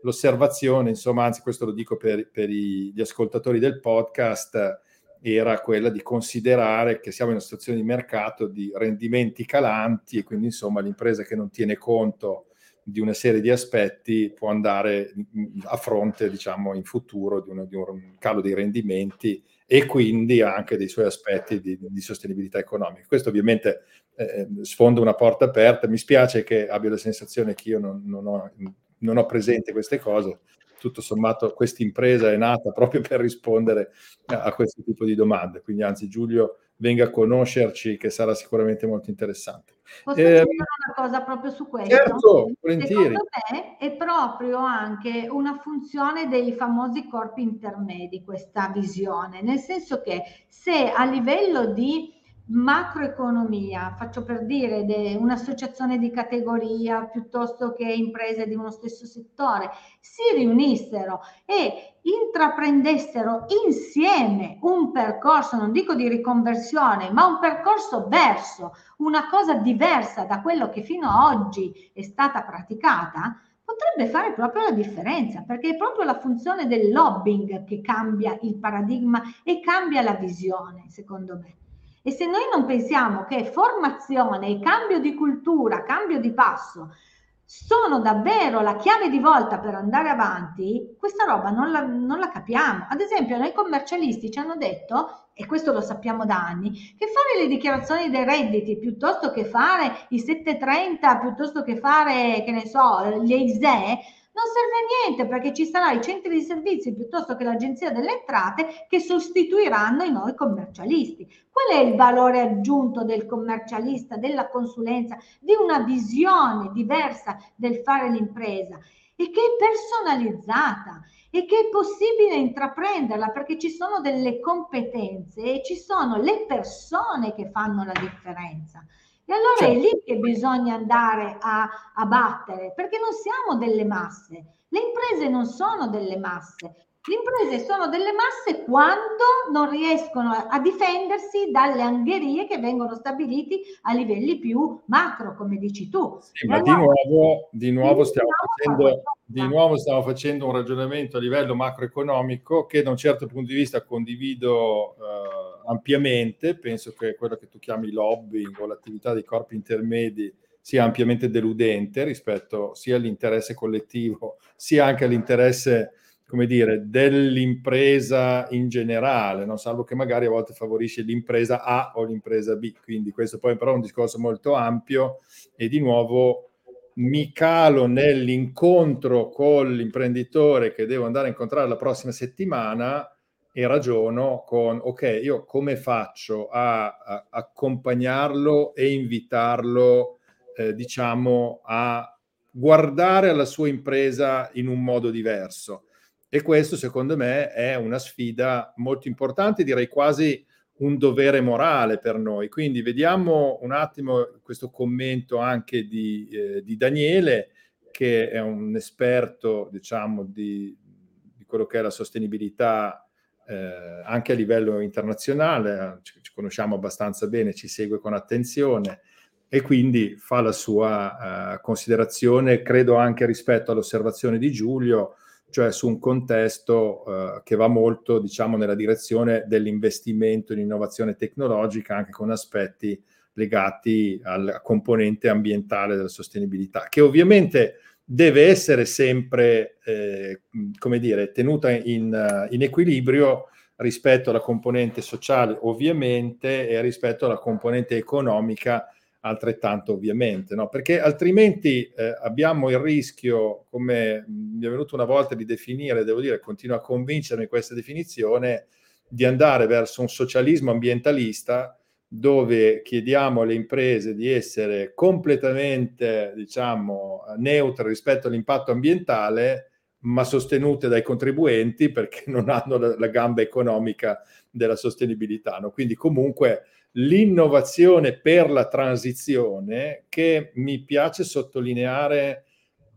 l'osservazione, insomma, anzi questo lo dico per, per i, gli ascoltatori del podcast, era quella di considerare che siamo in una situazione di mercato di rendimenti calanti e quindi insomma l'impresa che non tiene conto di una serie di aspetti può andare a fronte, diciamo, in futuro di, una, di un calo dei rendimenti e quindi anche dei suoi aspetti di, di sostenibilità economica. Questo ovviamente eh, sfonda una porta aperta. Mi spiace che abbia la sensazione che io non, non, ho, non ho presente queste cose. Tutto sommato questa impresa è nata proprio per rispondere a, a questo tipo di domande, quindi anzi Giulio venga a conoscerci, che sarà sicuramente molto interessante. Posso Eh, aggiungere una cosa proprio su questo? Certo, volentieri. Secondo me è proprio anche una funzione dei famosi corpi intermedi questa visione, nel senso che se a livello di macroeconomia, faccio per dire un'associazione di categoria piuttosto che imprese di uno stesso settore, si riunissero e intraprendessero insieme un percorso, non dico di riconversione, ma un percorso verso una cosa diversa da quello che fino ad oggi è stata praticata, potrebbe fare proprio la differenza, perché è proprio la funzione del lobbying che cambia il paradigma e cambia la visione, secondo me. E se noi non pensiamo che formazione e cambio di cultura, cambio di passo sono davvero la chiave di volta per andare avanti, questa roba non la, non la capiamo. Ad esempio, noi commercialisti ci hanno detto, e questo lo sappiamo da anni, che fare le dichiarazioni dei redditi piuttosto che fare i settecentotrenta, piuttosto che fare, che ne so, le I S E E, non serve a niente, perché ci saranno i centri di servizi piuttosto che l'agenzia delle entrate che sostituiranno i noi commercialisti. Qual è il valore aggiunto del commercialista, della consulenza, di una visione diversa del fare l'impresa e che è personalizzata e che è possibile intraprenderla, perché ci sono delle competenze e ci sono le persone che fanno la differenza. E allora certo. È lì che bisogna andare a, a battere, perché non siamo delle masse. Le imprese non sono delle masse. Le imprese sono delle masse quando non riescono a difendersi dalle angherie che vengono stabiliti a livelli più macro, come dici tu. Sì, ma allora, di nuovo, di nuovo stiamo facendo, di nuovo stiamo facendo un ragionamento a livello macroeconomico che da un certo punto di vista condivido eh, ampiamente. Penso che quello che tu chiami lobbying o l'attività dei corpi intermedi sia ampiamente deludente rispetto sia all'interesse collettivo sia anche all'interesse, come dire, dell'impresa in generale, no? Salvo che magari a volte favorisce l'impresa A o l'impresa B, quindi questo poi però è un discorso molto ampio e di nuovo mi calo nell'incontro con l'imprenditore che devo andare a incontrare la prossima settimana e ragiono con, ok, io come faccio a, a accompagnarlo e invitarlo, eh, diciamo, a guardare alla sua impresa in un modo diverso. E questo, secondo me, è una sfida molto importante, direi quasi un dovere morale per noi. Quindi vediamo un attimo questo commento anche di, eh, di Daniele, che è un esperto, diciamo, di, di quello che è la sostenibilità eh, anche a livello internazionale. Ci, ci conosciamo abbastanza bene, ci segue con attenzione e quindi fa la sua eh, considerazione, credo anche rispetto all'osservazione di Giulio, cioè su un contesto eh, che va molto, diciamo, nella direzione dell'investimento in innovazione tecnologica, anche con aspetti legati alla componente ambientale della sostenibilità, che ovviamente deve essere sempre, eh, come dire, tenuta in, in equilibrio rispetto alla componente sociale, ovviamente, e rispetto alla componente economica, altrettanto ovviamente, no? Perché altrimenti eh, abbiamo il rischio, come mi è venuto una volta di definire, devo dire, continuo a convincermi questa definizione, di andare verso un socialismo ambientalista dove chiediamo alle imprese di essere completamente, diciamo, neutre rispetto all'impatto ambientale, ma sostenute dai contribuenti perché non hanno la, la gamba economica della sostenibilità, no? Quindi comunque l'innovazione per la transizione, che mi piace sottolineare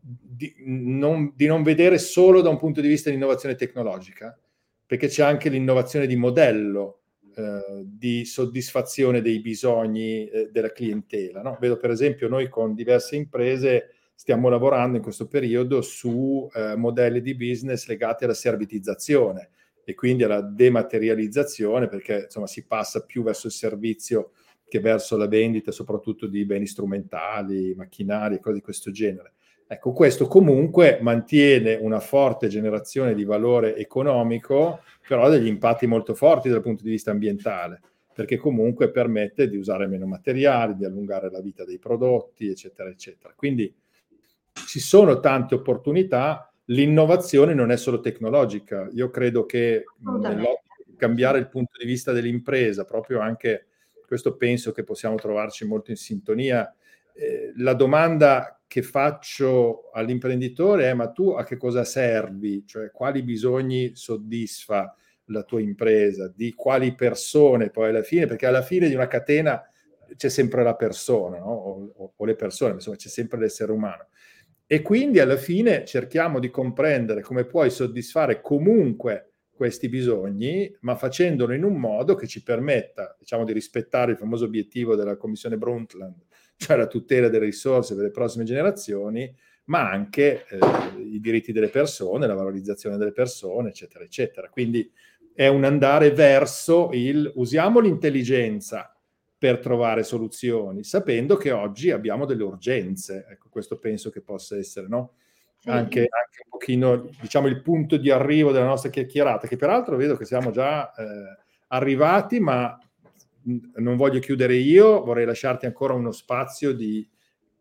di non, di non vedere solo da un punto di vista di innovazione tecnologica, perché c'è anche l'innovazione di modello, eh, di soddisfazione dei bisogni eh, della clientela, no? Vedo per esempio noi con diverse imprese stiamo lavorando in questo periodo su eh, modelli di business legati alla servitizzazione e quindi alla dematerializzazione, perché insomma si passa più verso il servizio che verso la vendita, soprattutto di beni strumentali, macchinari e cose di questo genere. Ecco, questo comunque mantiene una forte generazione di valore economico, però ha degli impatti molto forti dal punto di vista ambientale, perché comunque permette di usare meno materiali, di allungare la vita dei prodotti, eccetera, eccetera. Quindi ci sono tante opportunità, l'innovazione non è solo tecnologica. Io credo che nell'ottica di cambiare il punto di vista dell'impresa, proprio anche, questo penso che possiamo trovarci molto in sintonia, eh, la domanda che faccio all'imprenditore è: ma tu a che cosa servi? Cioè, quali bisogni soddisfa la tua impresa? Di quali persone poi alla fine? Perché alla fine di una catena c'è sempre la persona, no? o, o, o le persone, insomma c'è sempre l'essere umano. E quindi alla fine cerchiamo di comprendere come puoi soddisfare comunque questi bisogni, ma facendolo in un modo che ci permetta, diciamo, di rispettare il famoso obiettivo della Commissione Brundtland, cioè la tutela delle risorse per le prossime generazioni, ma anche eh, i diritti delle persone, la valorizzazione delle persone, eccetera, eccetera. Quindi è un andare verso il usiamo l'intelligenza per trovare soluzioni, sapendo che oggi abbiamo delle urgenze. Ecco, questo penso che possa essere, no? Sì. Anche, anche un pochino, diciamo, il punto di arrivo della nostra chiacchierata, che peraltro vedo che siamo già eh, arrivati, ma non voglio chiudere io, vorrei lasciarti ancora uno spazio di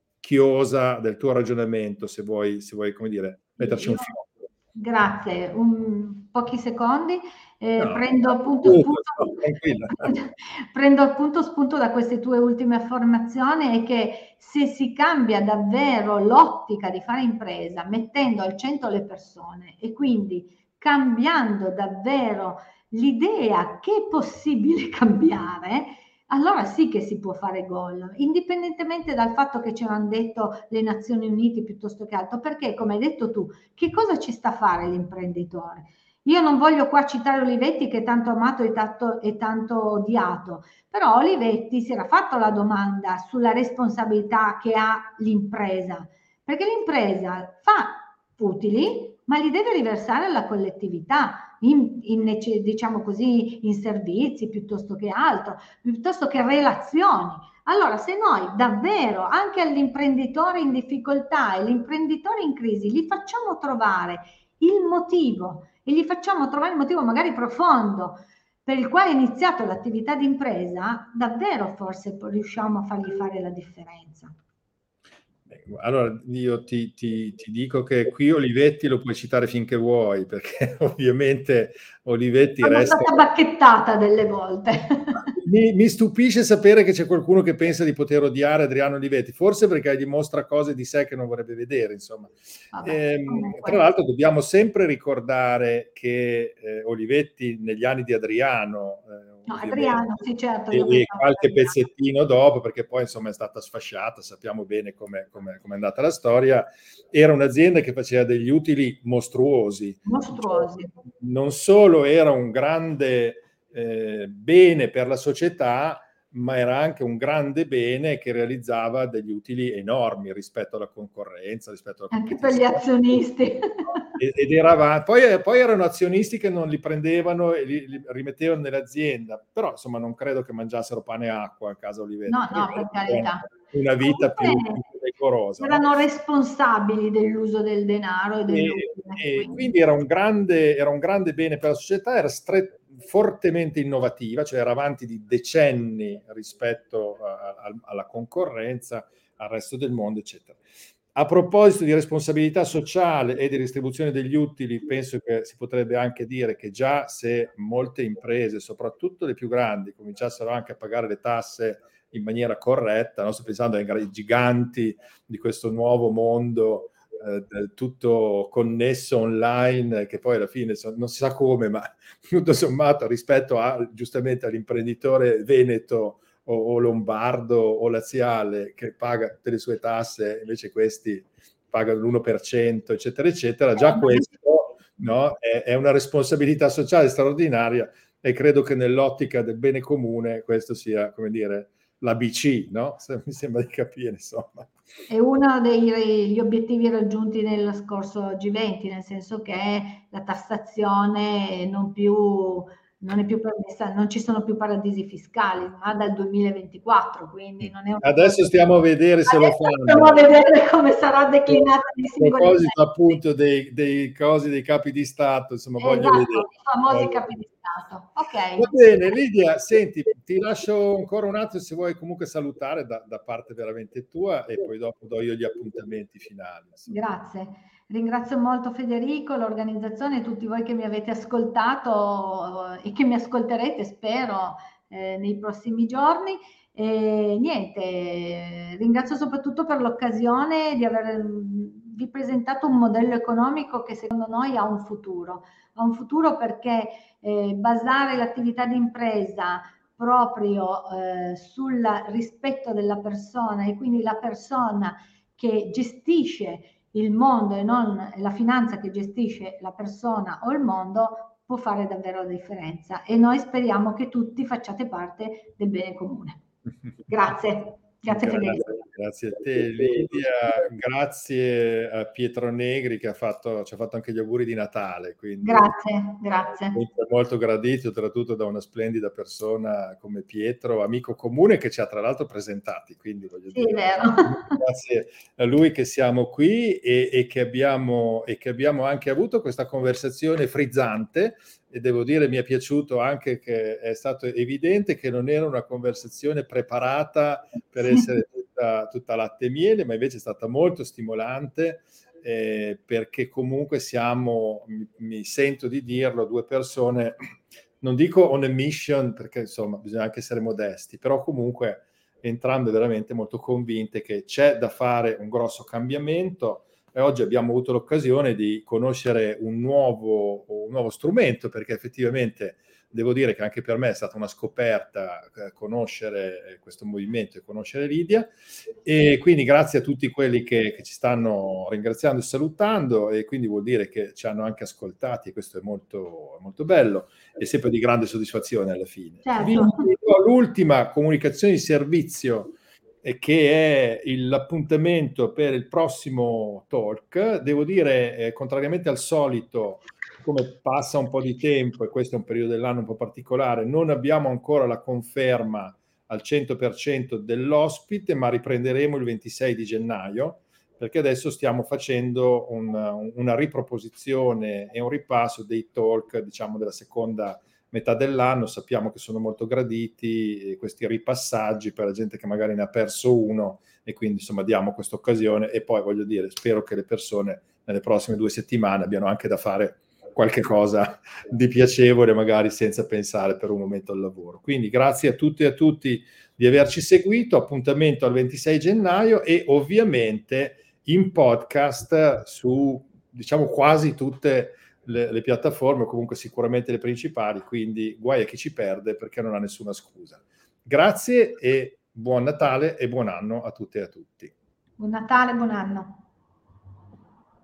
chiosa del tuo ragionamento, se vuoi, se vuoi come dire, metterci io, un filo. Grazie, un, pochi secondi. Eh, no, prendo, appunto tutto, spunto, prendo appunto spunto da queste tue ultime affermazioni, e che se si cambia davvero l'ottica di fare impresa, mettendo al centro le persone e quindi cambiando davvero l'idea che è possibile cambiare, allora sì che si può fare gol, indipendentemente dal fatto che ci hanno detto le Nazioni Unite piuttosto che altro, perché come hai detto tu, che cosa ci sta a fare l'imprenditore? Io non voglio qua citare Olivetti, che è tanto amato e tanto, e tanto odiato, però Olivetti si era fatto la domanda sulla responsabilità che ha l'impresa, perché l'impresa fa utili, ma li deve riversare alla collettività, in, in, diciamo così, in servizi piuttosto che altro, piuttosto che relazioni. Allora, se noi davvero anche all'imprenditore in difficoltà e l'imprenditore in crisi gli facciamo trovare il motivo, e gli facciamo trovare il motivo magari profondo per il quale è iniziato l'attività di impresa, davvero forse riusciamo a fargli fare la differenza. Allora io ti, ti, ti dico che qui Olivetti lo puoi citare finché vuoi, perché ovviamente Olivetti Sono resta... stata bacchettata delle volte. Mi, mi stupisce sapere che c'è qualcuno che pensa di poter odiare Adriano Olivetti, forse perché dimostra cose di sé che non vorrebbe vedere, insomma. Vabbè, ehm, tra l'altro dobbiamo sempre ricordare che eh, Olivetti negli anni di Adriano, eh, no, Adriano, sì, certo, io e qualche Adriano. pezzettino dopo, perché poi insomma è stata sfasciata, sappiamo bene come è andata la storia, era un'azienda che faceva degli utili mostruosi. Mostruosi. Cioè, non solo era un grande eh, bene per la società, ma era anche un grande bene che realizzava degli utili enormi rispetto alla concorrenza, rispetto alla anche per gli azionisti. Ed era, poi, poi erano azionisti che non li prendevano e li, li rimettevano nell'azienda, però insomma non credo che mangiassero pane e acqua a casa Olivetti. No, no, per carità. Una vita più, più decorosa. Erano no? responsabili dell'uso del denaro e dell'utile. E, e quindi era un, grande, era un grande bene per la società, era stret- fortemente innovativa, cioè era avanti di decenni rispetto a, a, alla concorrenza, al resto del mondo, eccetera. A proposito di responsabilità sociale e di distribuzione degli utili, penso che si potrebbe anche dire che già se molte imprese, soprattutto le più grandi, cominciassero anche a pagare le tasse in maniera corretta, no? Sto pensando ai giganti di questo nuovo mondo, eh, tutto connesso online, che poi alla fine non si sa come, ma tutto sommato rispetto a, giustamente all'imprenditore veneto o, o lombardo o laziale che paga tutte le sue tasse, invece questi pagano l'uno per cento, eccetera, eccetera, già questo no, è, è una responsabilità sociale straordinaria, e credo che nell'ottica del bene comune questo sia, come dire, l'A B C, no? Se, mi sembra di capire, insomma. è uno degli obiettivi raggiunti nel scorso G venti, nel senso che la tassazione non più non è più permessa, non ci sono più paradisi fiscali, ma dal duemilaventiquattro, quindi non è una Adesso cosa... stiamo a vedere se lo Adesso fanno. stiamo a vedere come sarà declinata nei A singoli proposito paesi. appunto dei, dei cosi dei capi di Stato, insomma, voglio Esatto, vedere. i famosi Voglio capi vedere. di Stato. Va Ok. bene, Lidia, senti, ti lascio ancora un attimo se vuoi comunque salutare da, da parte veramente tua e poi dopo do io gli appuntamenti finali. Insomma. Grazie. Ringrazio molto Federico, l'organizzazione e tutti voi che mi avete ascoltato e che mi ascolterete, spero, eh, nei prossimi giorni. E niente, ringrazio soprattutto per l'occasione di avervi presentato un modello economico che secondo noi ha un futuro. Ha un futuro perché eh, basare l'attività di impresa proprio eh, sul rispetto della persona e quindi la persona che gestisce il mondo e non la finanza che gestisce la persona o il mondo può fare davvero la differenza e noi speriamo che tutti facciate parte del bene comune. Grazie, grazie Federico. Grazie a te Lidia, grazie a Pietro Negri che ha fatto, ci ha fatto anche gli auguri di Natale. Quindi grazie, grazie. Molto gradito, soprattutto da una splendida persona come Pietro, amico comune che ci ha tra l'altro presentati. Quindi voglio sì, dire, è vero. grazie a lui che siamo qui e, e, che abbiamo, e che abbiamo anche avuto questa conversazione frizzante. E devo dire mi è piaciuto anche che è stato evidente che non era una conversazione preparata per sì. essere tutta, tutta latte e miele, ma invece è stata molto stimolante eh, perché comunque siamo, mi, mi sento di dirlo, due persone, non dico on a mission perché insomma bisogna anche essere modesti, però comunque entrambe veramente molto convinte che c'è da fare un grosso cambiamento. E oggi abbiamo avuto l'occasione di conoscere un nuovo, un nuovo strumento, perché effettivamente devo dire che anche per me è stata una scoperta eh, conoscere questo movimento e conoscere Lidia. E quindi grazie a tutti quelli che, che ci stanno ringraziando e salutando, e quindi vuol dire che ci hanno anche ascoltati, e questo è molto, molto bello e sempre di grande soddisfazione alla fine. Certo. L'ultima comunicazione di servizio che è l'appuntamento per il prossimo talk. Devo dire, eh, contrariamente al solito, come passa un po' di tempo, e questo è un periodo dell'anno un po' particolare, non abbiamo ancora la conferma al cento per cento dell'ospite, ma riprenderemo il ventisei di gennaio, perché adesso stiamo facendo un, una riproposizione e un ripasso dei talk, diciamo, della seconda metà dell'anno. Sappiamo che sono molto graditi questi ripassaggi per la gente che magari ne ha perso uno, e quindi insomma diamo questa occasione. E poi voglio dire, spero che le persone nelle prossime due settimane abbiano anche da fare qualche cosa di piacevole, magari senza pensare per un momento al lavoro. Quindi grazie a tutti e a tutti di averci seguito, appuntamento al ventisei gennaio e ovviamente in podcast su, diciamo, quasi tutte Le, le piattaforme, o comunque sicuramente le principali, quindi guai a chi ci perde perché non ha nessuna scusa. Grazie e buon Natale e buon anno a tutte e a tutti. Buon Natale, buon anno.